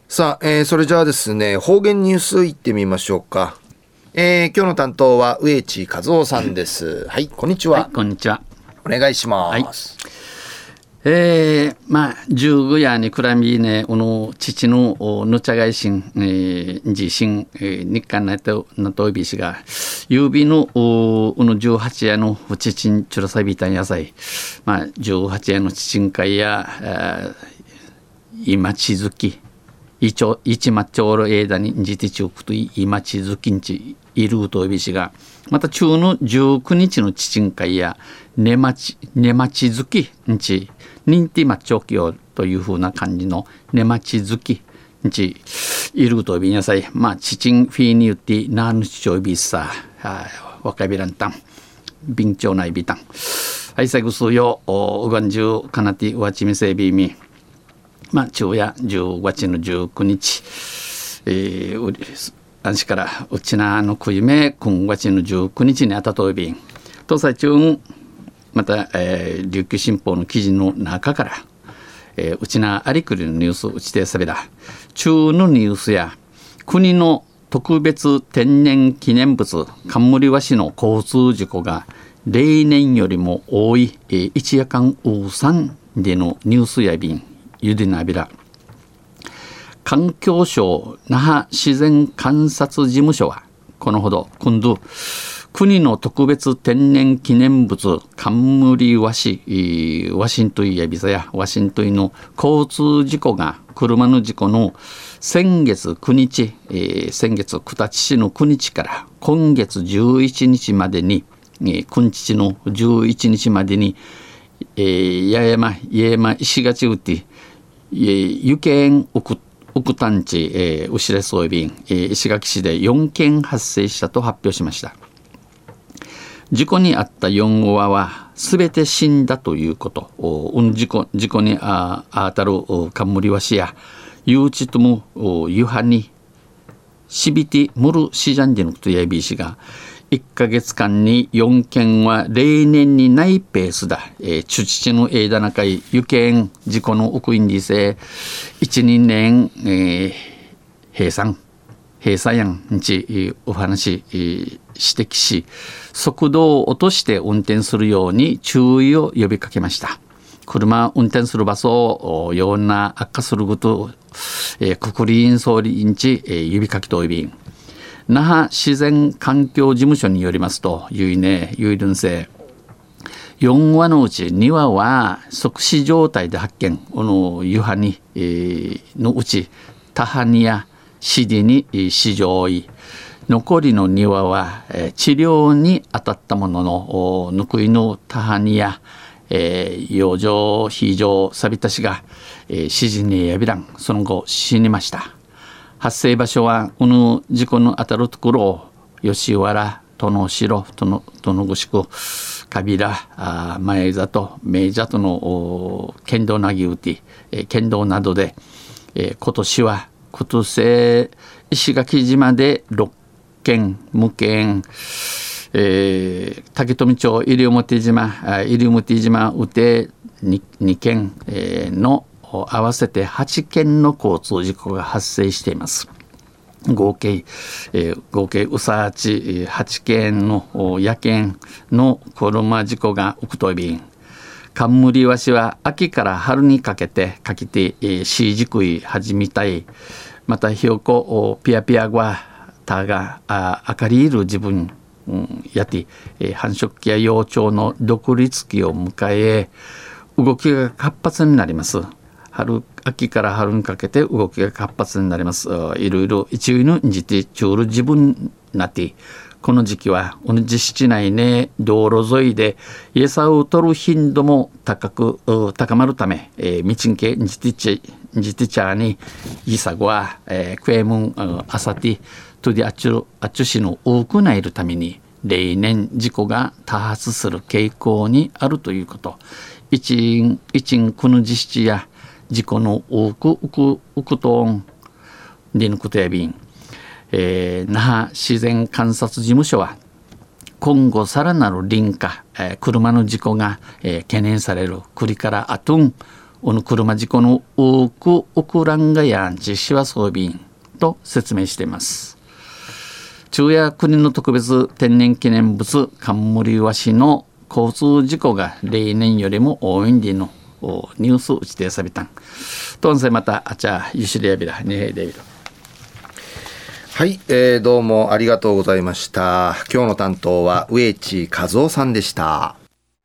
さあ、それじゃあですね、方言ニュースいってみましょうか。今日の担当は植地和夫さんです。はい、こんにちは。 はい、こんにちは。 お願いします。 十五夜にくらみね、父のぬちゃがいしん、自身、日韓なといびしが、指の18夜の父んちゅらさびたんやさい、18夜の父ん会や、今地づき、一マッチョールエーダにじてちゅうくと今地づきんちいるといびしが、また中の19日の父ん会や、ねまちづきんち、認定マッチョキヨというふうな感じのねまちづきんちいるといびんやさい。父んフィーに言ってなぬちちょいびさ、若びらんたん、びんちょうないびたん。はい、最後数よ、うがんじゅうかなてわちみせびみ。昼夜10月の19日、安市からうちなのくゆめ今月の19日にあたといびん東西中また、琉球新報の記事の中から、うちなありくりのニュースうちてさびだ中のニュースや国の特別天然記念物冠和紙の交通事故が例年よりも多い、一夜間ウサンでのニュースやびんゆでなびら環境省那覇自然観察事務所はこのほど今度国の特別天然記念物冠和紙ワシントンやビザやワシントンの交通事故が車の事故の先月9日、先月9日の9日から今月11日までに、9日の11日までに、八重山石垣うて湯県奥丹地、牛レソイビン、石垣市で4件発生したと発表しました。事故に遭った4羽はすべて死んだということ。事故に当たる冠和紙や誘致ともゆはにしびてむるしじゃんでのことやびしが1ヶ月間に4件は例年にないペースだ。チュチチの枝中いゆけん事故の奥因理性1、2年、閉鎖やんにちお話指摘し速度を落として運転するように注意を呼びかけました。車運転する場所をような悪化すること、くくりん総理んち、呼びかけといびん那覇自然環境事務所によりますとゆいるんせ4羽のうち2羽は即死状態で発見この湯葉に、のうちタハニやシディに死状い残りの2羽は、治療に当たったもののぬくいのタハニや、養生非常サビタシが、死人にやびらんその後死にました。発生場所はこの事故の当たるところ吉原、殿城、殿城区、カビラ、前里、名里の県道なぎうて、県道などで、今年は今年石垣島で6件、無件、竹富町、西表島うて 2件、の合わせて8件の交通事故が発生しています。合計うさち8件の野犬の車事故が起くといびん冠和紙は秋から春にかけてシージクイ始めたいまたひよこピアピアがたが明かりいる自分やて繁殖期や幼鳥の独立期を迎え動きが活発になります。秋から春にかけて動きが活発になります。いろいろ一位のじてちょうる自分なってこの時期は同じ市内ね道路沿いで餌を取る頻度も高まるため、道んけじてちゃにいさごはクエムンあさてとであっちゅしの多くないるために例年事故が多発する傾向にあるということ。一んこの実施や事故の多くとんでぬくとやびん、那覇自然観察事務所は今後さらなる林家、車の事故が、懸念される栗からあとんこの車事故の多くウクランがやんちしは装備員と説明しています。昼夜国の特別天然記念物冠和紙の交通事故が例年よりも多いんでのニュース打ちてさびたんとんせまたあちゃゆしりやびらにへいでびる。 はい、どうもありがとうございました。今日の担当は植地和夫さんでした。